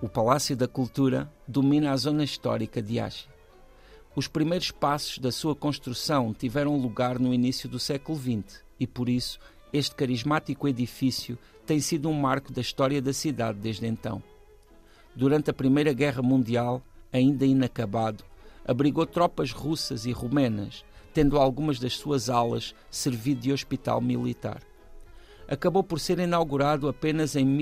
O Palácio da Cultura domina a zona histórica de Iași. Os primeiros passos da sua construção tiveram lugar no início do século XX e, por isso, este carismático edifício tem sido um marco da história da cidade desde então. Durante a Primeira Guerra Mundial, ainda inacabado, abrigou tropas russas e romenas, tendo algumas das suas alas servido de hospital militar. Acabou por ser inaugurado apenas em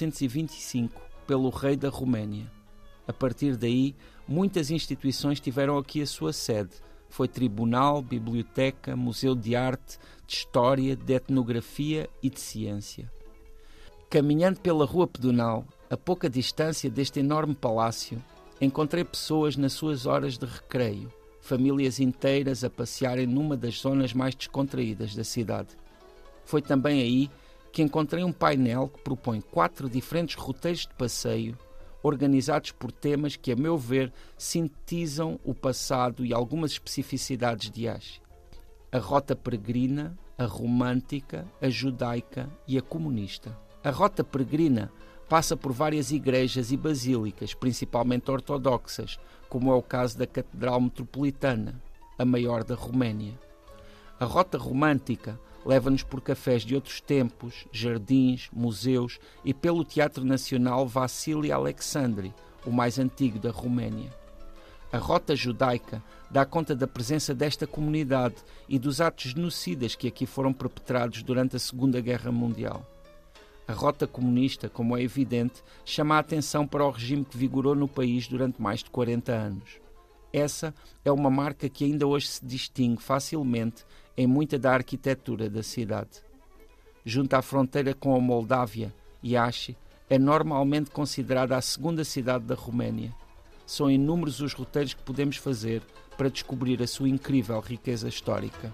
1925 pelo rei da Roménia. A partir daí, muitas instituições tiveram aqui a sua sede. Foi tribunal, biblioteca, museu de arte, de história, de etnografia e de ciência. Caminhando pela rua pedonal, a pouca distância deste enorme palácio, encontrei pessoas nas suas horas de recreio, famílias inteiras a passearem numa das zonas mais descontraídas da cidade. Foi também aí que encontrei um painel que propõe 4 diferentes roteiros de passeio, organizados por temas que, a meu ver, sintetizam o passado e algumas especificidades de Iași. A rota peregrina, a romântica, a judaica e a comunista. A rota peregrina passa por várias igrejas e basílicas, principalmente ortodoxas, como é o caso da Catedral Metropolitana, a maior da Roménia. A rota romântica leva-nos por cafés de outros tempos, jardins, museus e pelo Teatro Nacional Vassili Alexandri, o mais antigo da Roménia. A rota judaica dá conta da presença desta comunidade e dos atos genocidas que aqui foram perpetrados durante a Segunda Guerra Mundial. A rota comunista, como é evidente, chama a atenção para o regime que vigorou no país durante mais de 40 anos. Essa é uma marca que ainda hoje se distingue facilmente em muita da arquitetura da cidade. Junto à fronteira com a Moldávia, Iași é normalmente considerada a segunda cidade da Roménia. São inúmeros os roteiros que podemos fazer para descobrir a sua incrível riqueza histórica.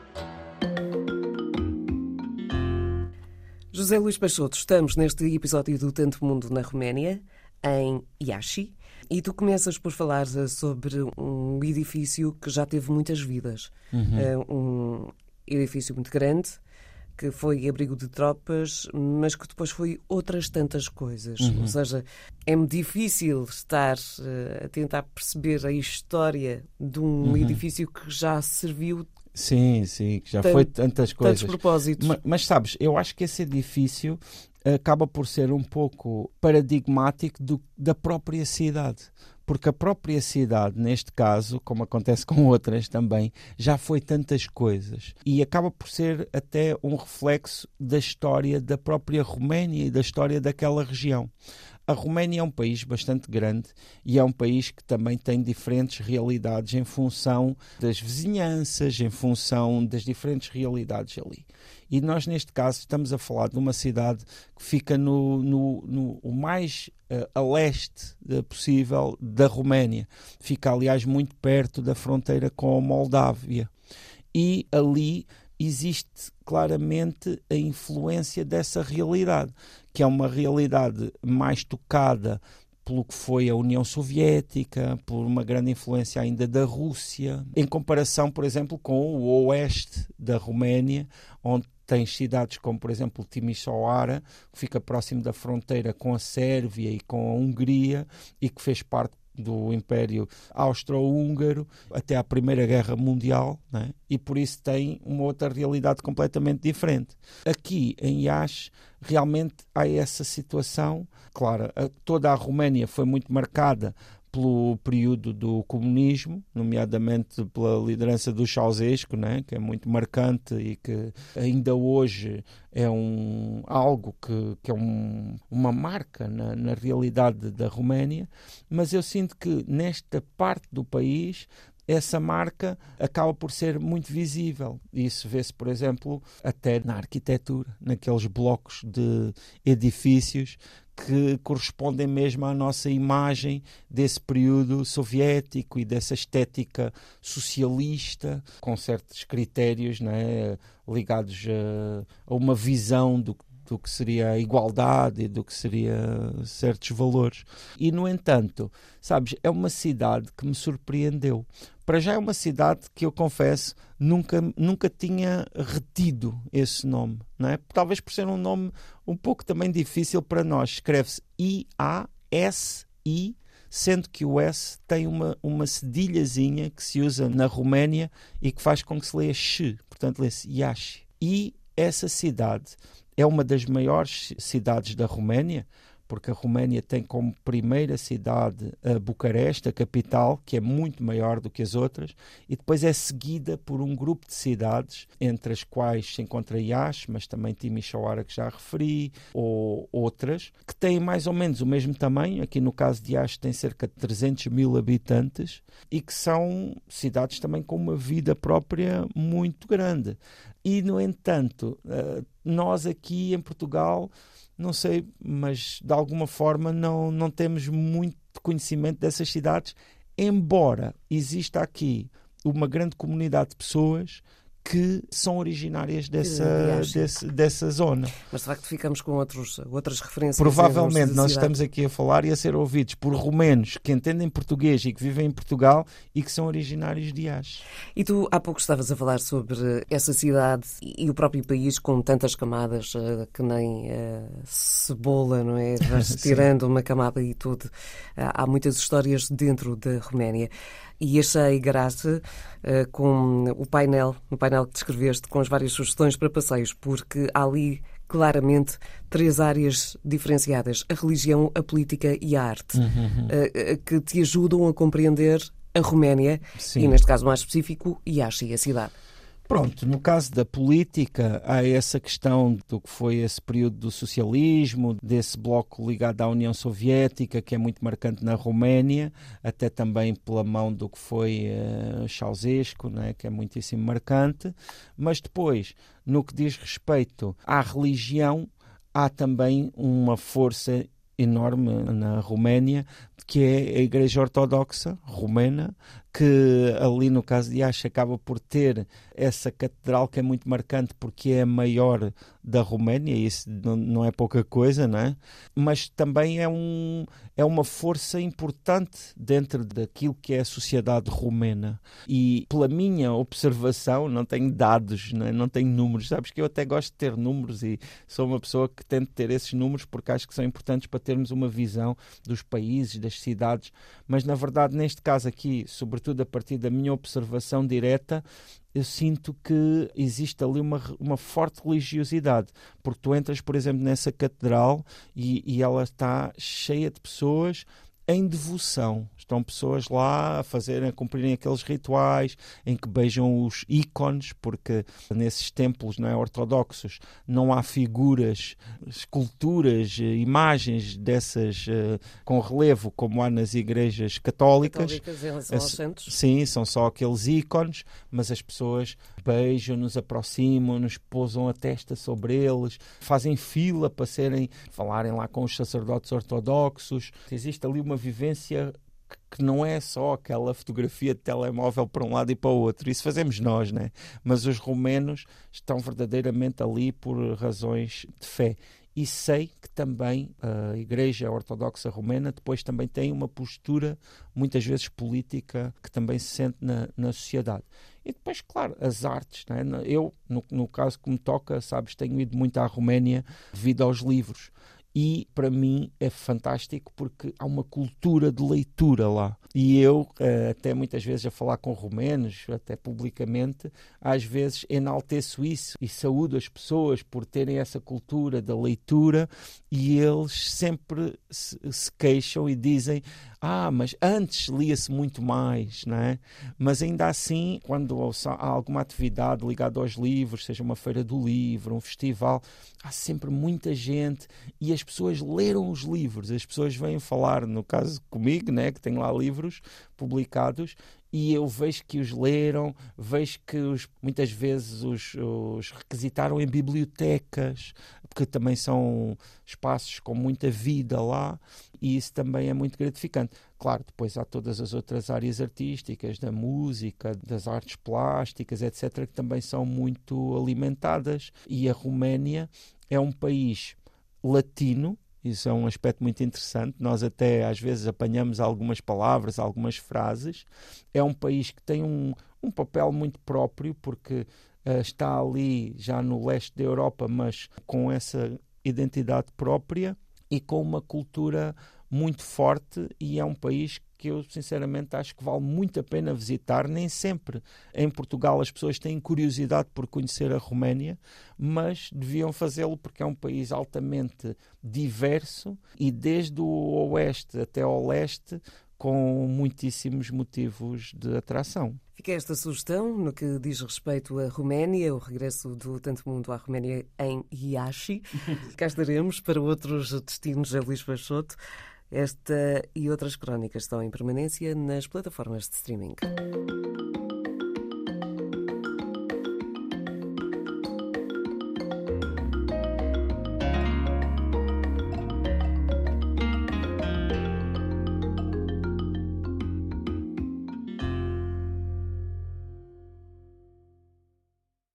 José Luís Peixoto, estamos neste episódio do Tanto Mundo na Roménia, em Iași, e tu começas por falar sobre um edifício que já teve muitas vidas. Um edifício muito grande, que foi abrigo de tropas, mas que depois foi outras tantas coisas. Ou seja, é difícil estar a tentar perceber a história de um edifício que já serviu. Sim, que já foi tantas coisas. Tantos propósitos. Mas sabes, eu acho que esse edifício acaba por ser um pouco paradigmático da própria cidade. Porque a própria cidade, neste caso, como acontece com outras também, já foi tantas coisas. E acaba por ser até um reflexo da história da própria Roménia e da história daquela região. A Roménia é um país bastante grande e é um país que também tem diferentes realidades em função das vizinhanças, em função das diferentes realidades ali. E nós, neste caso, estamos a falar de uma cidade que fica no mais a leste possível da Roménia. Fica, aliás, muito perto da fronteira com a Moldávia. E ali existe claramente a influência dessa realidade, que é uma realidade mais tocada pelo que foi a União Soviética, por uma grande influência ainda da Rússia, em comparação, por exemplo, com o oeste da Roménia, onde tens cidades como, por exemplo, Timișoara, que fica próximo da fronteira com a Sérvia e com a Hungria e que fez parte do Império Austro-Húngaro até à Primeira Guerra Mundial, né? E por isso tem uma outra realidade completamente diferente. Aqui em Iași realmente há essa situação. Claro, toda a Roménia foi muito marcada pelo período do comunismo, nomeadamente pela liderança do Ceausescu, né, que é muito marcante e que ainda hoje é algo que é uma marca na realidade da Roménia, mas eu sinto que nesta parte do país essa marca acaba por ser muito visível. Isso vê-se, por exemplo, até na arquitetura, naqueles blocos de edifícios que correspondem mesmo à nossa imagem desse período soviético e dessa estética socialista, com certos critérios, né, ligados a uma visão do que seria a igualdade e do que seria certos valores. E, no entanto, sabes, é uma cidade que me surpreendeu. Para já é uma cidade que eu confesso nunca tinha retido esse nome, não é? Talvez por ser um nome um pouco também difícil para nós. Escreve-se Iași, S-I, sendo que o S tem uma cedilhazinha que se usa na Roménia e que faz com que se leia Sh, portanto lê-se Iași. E essa cidade é uma das maiores cidades da Roménia, porque a Roménia tem como primeira cidade a Bucareste, a capital, que é muito maior do que as outras, e depois é seguida por um grupo de cidades, entre as quais se encontra Iași, mas também Timișoara, que já referi, ou outras, que têm mais ou menos o mesmo tamanho. Aqui no caso de Iași tem cerca de 300 mil habitantes, e que são cidades também com uma vida própria muito grande. E, no entanto, nós aqui em Portugal, não sei, mas de alguma forma não temos muito conhecimento dessas cidades, embora exista aqui uma grande comunidade de pessoas que são originárias dessa zona. Mas de facto ficamos com outras referências. Provavelmente nós estamos aqui a falar e a ser ouvidos por romenos que entendem português e que vivem em Portugal e que são originários de Iași. E tu há pouco estavas a falar sobre essa cidade e o próprio país com tantas camadas, que nem cebola, não é? Vais tirando uma camada e tudo. Há muitas histórias dentro da Roménia. E achei graça com o painel que descreveste, com as várias sugestões para passeios, porque há ali claramente 3 áreas diferenciadas: a religião, a política e a arte, que te ajudam a compreender a Roménia. Sim. E, neste caso mais específico, Iași, a cidade. Pronto, no caso da política, há essa questão do que foi esse período do socialismo, desse bloco ligado à União Soviética, que é muito marcante na Roménia, até também pela mão do que foi Ceausescu, né, que é muitíssimo marcante. Mas depois, no que diz respeito à religião, há também uma força enorme na Roménia, que é a Igreja Ortodoxa Romena, que ali no caso de Iași acaba por ter essa catedral que é muito marcante porque é a maior da Roménia, e isso não é pouca coisa, não é? Mas também é uma força importante dentro daquilo que é a sociedade romena. E pela minha observação, não tenho dados, não tenho números, sabes que eu até gosto de ter números e sou uma pessoa que tenta ter esses números porque acho que são importantes para termos uma visão dos países, das cidades, mas na verdade neste caso aqui, sobretudo a partir da minha observação direta, eu sinto que existe ali uma forte religiosidade, porque tu entras, por exemplo, nessa catedral e ela está cheia de pessoas em devoção. Estão pessoas lá a cumprirem aqueles rituais em que beijam os ícones, porque nesses templos, não é, ortodoxos não há figuras, esculturas, imagens dessas com relevo como há nas igrejas católicas. Eles são assentos. Sim, são só aqueles ícones, mas as pessoas beijam-nos, aproximam-nos, pousam a testa sobre eles, fazem fila para falarem lá com os sacerdotes ortodoxos. Existe ali uma vivência que não é só aquela fotografia de telemóvel para um lado e para o outro. Isso fazemos nós, né? Mas os romenos estão verdadeiramente ali por razões de fé. E sei que também a Igreja Ortodoxa Romena depois também tem uma postura, muitas vezes política, que também se sente na sociedade. E depois, claro, as artes. Né? Eu, no caso que me toca, sabes, tenho ido muito à Roménia devido aos livros. E, para mim, é fantástico porque há uma cultura de leitura lá. E eu, até muitas vezes a falar com romenos, até publicamente, às vezes enalteço isso e saúdo as pessoas por terem essa cultura da leitura, e eles sempre se queixam e dizem: mas antes lia-se muito mais, não é? Mas ainda assim, quando há alguma atividade ligada aos livros, seja uma feira do livro, um festival, há sempre muita gente e as pessoas leram os livros. As pessoas vêm falar, no caso comigo, né, que tenho lá livros publicados, e eu vejo que os leram, vejo que muitas vezes os requisitaram em bibliotecas, porque também são espaços com muita vida lá, e isso também é muito gratificante. Claro, depois há todas as outras áreas artísticas, da música, das artes plásticas, etc., que também são muito alimentadas, e a Roménia é um país latino. Isso é um aspecto muito interessante. Nós até às vezes apanhamos algumas palavras, algumas frases. É um país que tem um papel muito próprio, porque está ali já no leste da Europa, mas com essa identidade própria e com uma cultura muito forte e é um país que eu sinceramente acho que vale muito a pena visitar. Nem sempre em Portugal as pessoas têm curiosidade por conhecer a Roménia, mas deviam fazê-lo porque é um país altamente diverso e desde o oeste até ao leste com muitíssimos motivos de atração. Fica esta sugestão no que diz respeito à Roménia, o regresso do Tanto Mundo à Roménia em Iași. Cá estaremos para outros destinos a Luís Peixoto. Esta e outras crónicas estão em permanência nas plataformas de streaming.